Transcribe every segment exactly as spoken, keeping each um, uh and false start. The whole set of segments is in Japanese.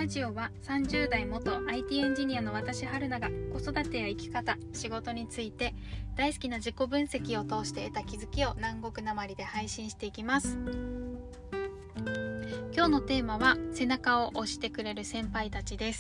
ラジオはさんじゅう代元 アイティー エンジニアの私春菜が子育てや生き方、仕事について大好きな自己分析を通して得た気づきを南国なまりで配信していきます。今日のテーマは背中を押してくれる先輩たちです。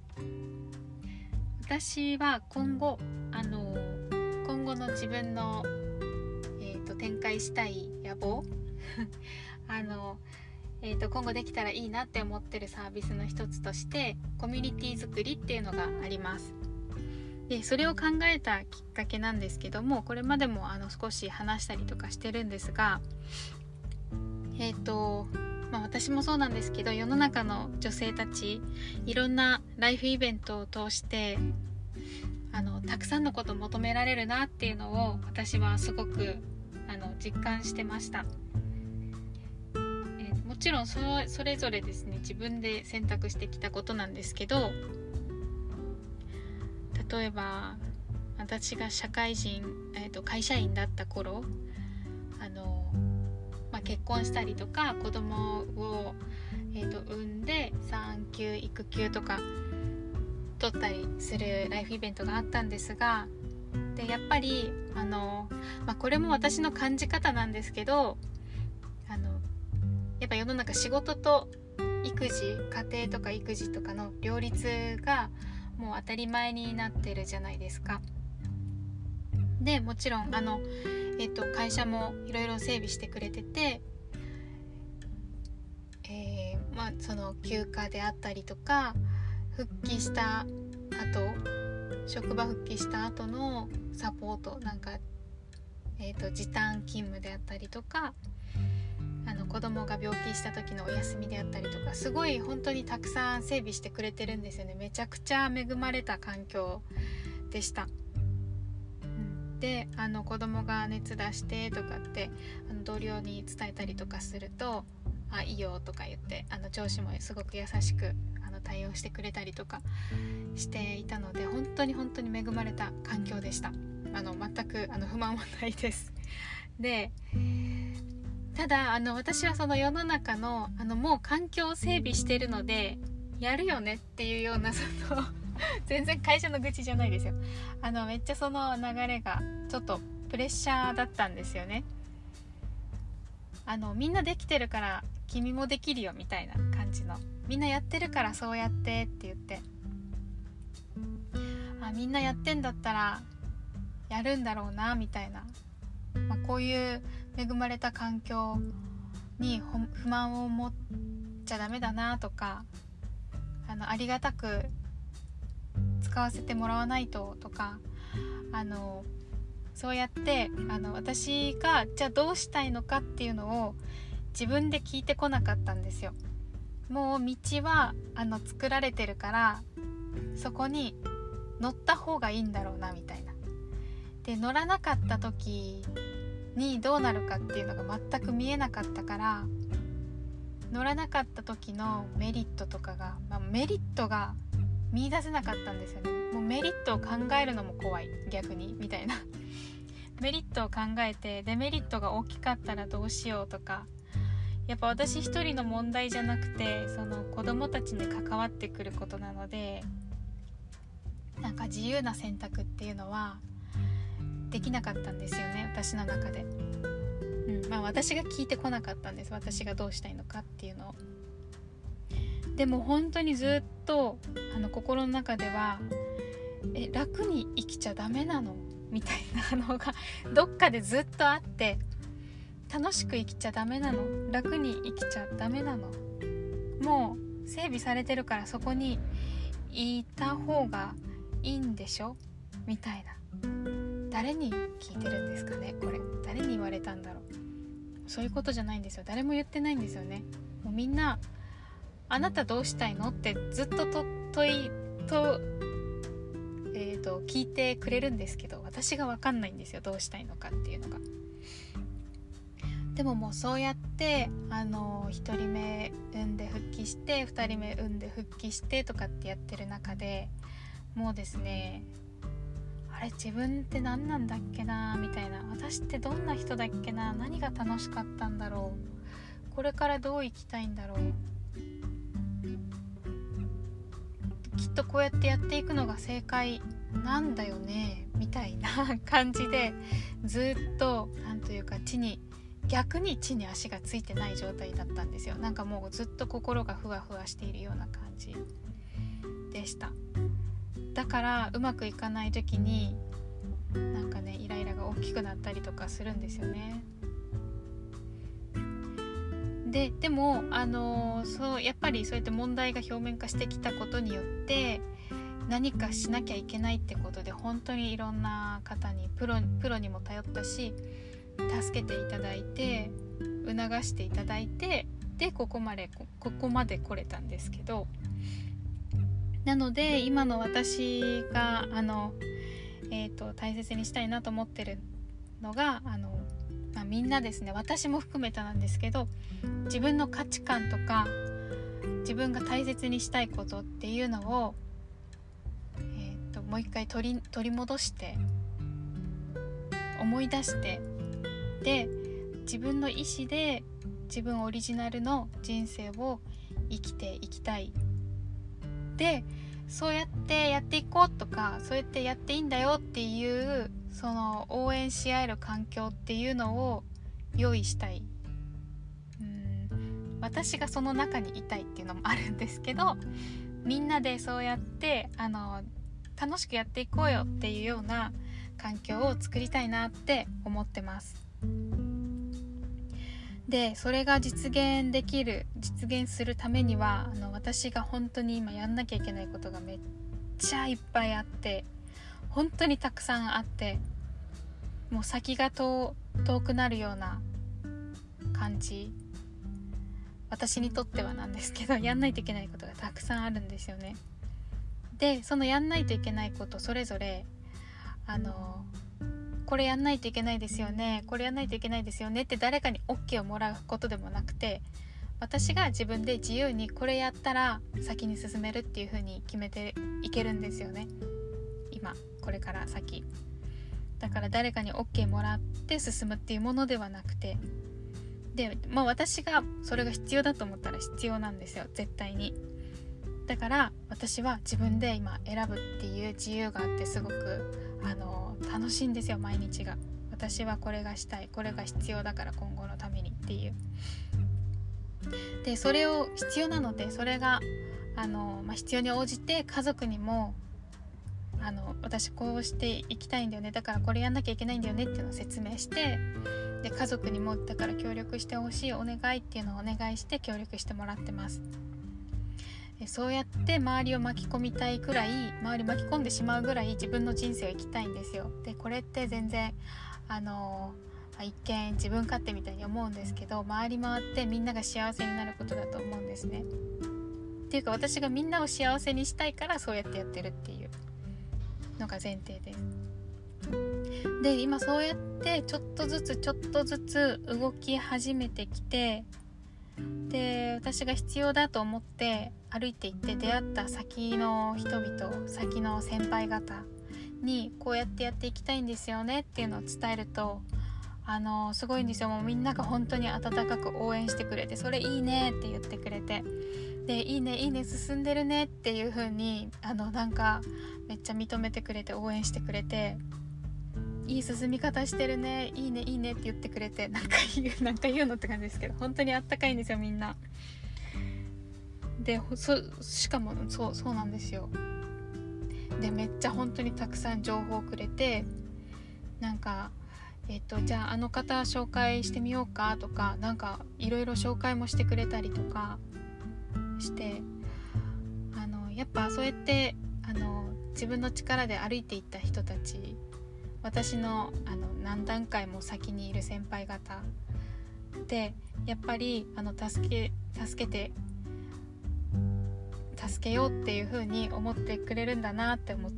私は今後あの今後の自分の、えーと、展開したい野望あの、えーと、今後できたらいいなって思ってるサービスの一つとしてコミュニティ作りっていうのがあります。でそれを考えたきっかけなんですけども、これまでもあの少し話したりとかしてるんですが、えーとまあ、私もそうなんですけど、世の中の女性たちいろんなライフイベントを通してあのたくさんのことを求められるなっていうのを私はすごくあの実感してました。もちろん そ, それぞれですね、自分で選択してきたことなんですけど、例えば私が社会人、えーと、会社員だった頃あの、まあ、結婚したりとか子供を、えーと、産んで産休育休とか取ったりするライフイベントがあったんですが、でやっぱりあの、まあ、これも私の感じ方なんですけど、あのやっぱ世の中仕事と育児、家庭とか育児とかの両立がもう当たり前になってるじゃないですか。でもちろんあの、えーと、会社もいろいろ整備してくれてて、えーまあ、その休暇であったりとか復帰した後、職場復帰した後のサポートなんか、えーと、時短勤務であったりとか、あの子供が病気した時のお休みであったりとか、すごい本当にたくさん整備してくれてるんですよね。めちゃくちゃ恵まれた環境でした。うん、であの子供が熱出してとかってあの同僚に伝えたりとかすると、あいいよとか言って、あの上司もすごく優しくあの対応してくれたりとかしていたので、本当に本当に恵まれた環境でした。あの全くあの不満はないです。でただあの私はその世の中のあのもう環境を整備してるのでやるよねっていうような、その全然会社の愚痴じゃないですよ。あのめっちゃその流れがちょっとプレッシャーだったんですよね。あのみんなできてるから君もできるよみたいな感じの、みんなやってるからそうやってって言って、あみんなやってんだったらやるんだろうなみたいな、まあ、こういう恵まれた環境に不満を持っちゃダメだなとか、あのありがたく使わせてもらわないととか、あのそうやってあの私がじゃあどうしたいのかっていうのを自分で聞いてこなかったんですよ。もう道はあの作られてるからそこに乗った方がいいんだろうなみたいな。で乗らなかった時にどうなるかっていうのが全く見えなかったから、乗らなかった時のメリットとかが、まあ、メリットが見出せなかったんですよね。もうメリットを考えるのも怖い、逆にみたいなメリットを考えてデメリットが大きかったらどうしようとか、やっぱ私一人の問題じゃなくてその子供たちに関わってくることなので、なんか自由な選択っていうのはできなかったんですよね、私の中で。うん、まあ私が聞いてこなかったんです、私がどうしたいのかっていうのを。でも本当にずっとあの心の中では、え楽に生きちゃダメなのみたいなのがどっかでずっとあって、楽しく生きちゃダメなの、楽に生きちゃダメなの、もう整備されてるからそこにいた方がいいんでしょみたいな。誰に聞いてるんですかね、これ誰に言われたんだろう。そういうことじゃないんですよ、誰も言ってないんですよね。もうみんなあなたどうしたいのってずっとと問いと,、えー、と聞いてくれるんですけど、私が分かんないんですよ、どうしたいのかっていうのが。でももうそうやってあのひとりめ産んで復帰してふたりめ産んで復帰してとかってやってる中で、もうですね、あれ自分って何なんだっけなみたいな、私ってどんな人だっけな、何が楽しかったんだろう、これからどう生きたいんだろう、 きっとこうやってやっていくのが正解なんだよねみたいな感じで、ずっとなんというか地に逆に地に足がついてない状態だったんですよ。なんかもうずっと心がふわふわしているような感じでした。だからうまくいかない時になんかねイライラが大きくなったりとかするんですよね。で, でも、あのー、そうやっぱりそうやって問題が表面化してきたことによって何かしなきゃいけないってことで本当にいろんな方にプロ、プロにも頼ったし助けていただいて促していただいて、でここまでここまで来れたんですけど、なので今の私があの、えーと、大切にしたいなと思ってるのがあのまあ、みんなですね、私も含めてなんですけど、自分の価値観とか自分が大切にしたいことっていうのを、えー、ともう一回取り、取り戻して思い出して、で自分の意思で自分オリジナルの人生を生きていきたい。でそうやってやっていこうとか、そうやってやっていいんだよっていうその応援し合える環境っていうのを用意したい。うーん私がその中にいたいっていうのもあるんですけど、みんなでそうやってあの楽しくやっていこうよっていうような環境を作りたいなって思ってます。でそれが実現できる実現するためにはあの私が本当に今やんなきゃいけないことがめっちゃいっぱいあって、本当にたくさんあって、もう先が遠くなるような感じ、私にとってはなんですけど、やんないといけないことがたくさんあるんですよね。でそのやんないといけないことそれぞれあのこれやんないといけないですよね、これやんないといけないですよねって誰かに OK をもらうことでもなくて、私が自分で自由にこれやったら先に進めるっていう風に決めていけるんですよね、今これから先。だから誰かに OK もらって進むっていうものではなくて、で、まあ、私がそれが必要だと思ったら必要なんですよ、絶対に。だから私は自分で今選ぶっていう自由があって、すごくあの楽しいんですよ、毎日が。私はこれがしたい、これが必要だから今後のためにっていう。でそれを必要なので、それがあの、まあ、必要に応じて家族にもあの私こうしていきたいんだよね、だからこれやんなきゃいけないんだよねっていうのを説明して、で家族にもだから協力してほしい、お願いっていうのをお願いして協力してもらってます。でそうやって周りを巻き込みたいくらい、周り巻き込んでしまうぐらい自分の人生を生きたいんですよ。でこれって全然あの一見自分勝手みたいに思うんですけど、回り回ってみんなが幸せになることだと思うんですね。っていうか私がみんなを幸せにしたいからそうやってやってるっていうのが前提です。で今そうやってちょっとずつちょっとずつ動き始めてきて、で私が必要だと思って歩いていって出会った先の人々、先の先輩方にこうやってやっていきたいんですよねっていうのを伝えると、あのすごいんですよ。もうみんなが本当に温かく応援してくれて、それいいねって言ってくれて、でいいねいいね進んでるねっていう風にあのなんかめっちゃ認めてくれて応援してくれて、いい進み方してるね、いいねいいねって言ってくれて、なんか言うなんか言うのって感じですけど、本当にあったかいんですよみんな。でそしかもそうそうなんですよ。でめっちゃ本当にたくさん情報をくれて、なんかえっとじゃああの方紹介してみようかとか、なんかいろいろ紹介もしてくれたりとかして、あのやっぱそうやってあの自分の力で歩いていった人たち、私のあの何段階も先にいる先輩方でやっぱりあの助け助けて助けようっていう風に思ってくれるんだなって思って、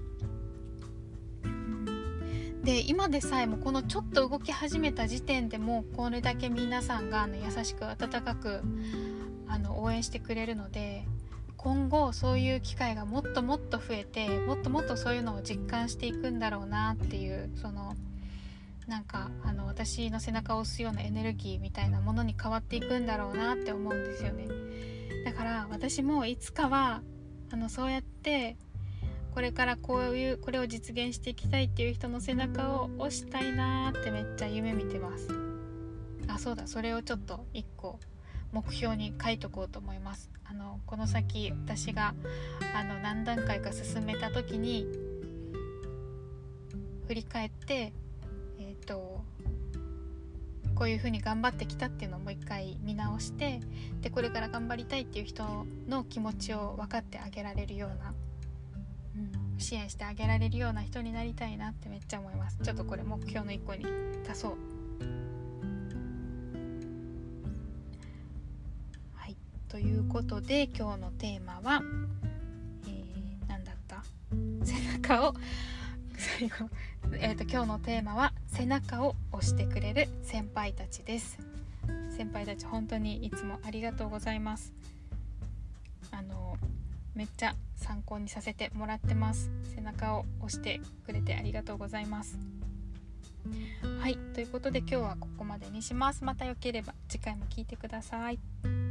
で今でさえもこのちょっと動き始めた時点でもこれだけ皆さんがあの優しく温かくあの応援してくれるので、今後そういう機会がもっともっと増えて、もっともっとそういうのを実感していくんだろうなっていう、そのなんかあの私の背中を押すようなエネルギーみたいなものに変わっていくんだろうなって思うんですよね。だから私もいつかはあのそうやってこれからこういうこれを実現していきたいっていう人の背中を押したいなーってめっちゃ夢見てます。あ、そうだ、それをちょっと一個目標に書いとこうと思います。あのこの先私があの何段階か進めた時に振り返ってえっとこういう風に頑張ってきたっていうのをもう一回見直して、でこれから頑張りたいっていう人の気持ちを分かってあげられるような、うん、支援してあげられるような人になりたいなってめっちゃ思います。ちょっとこれ目標の一個に足そう。はい、ということで今日のテーマは、えー、何だった背中を最後えーと今日のテーマは背中を押してくれる先輩たちです。先輩たち本当にいつもありがとうございます。あのめっちゃ参考にさせてもらってます。背中を押してくれてありがとうございます。はい、ということで今日はここまでにします。またよければ次回も聞いてください。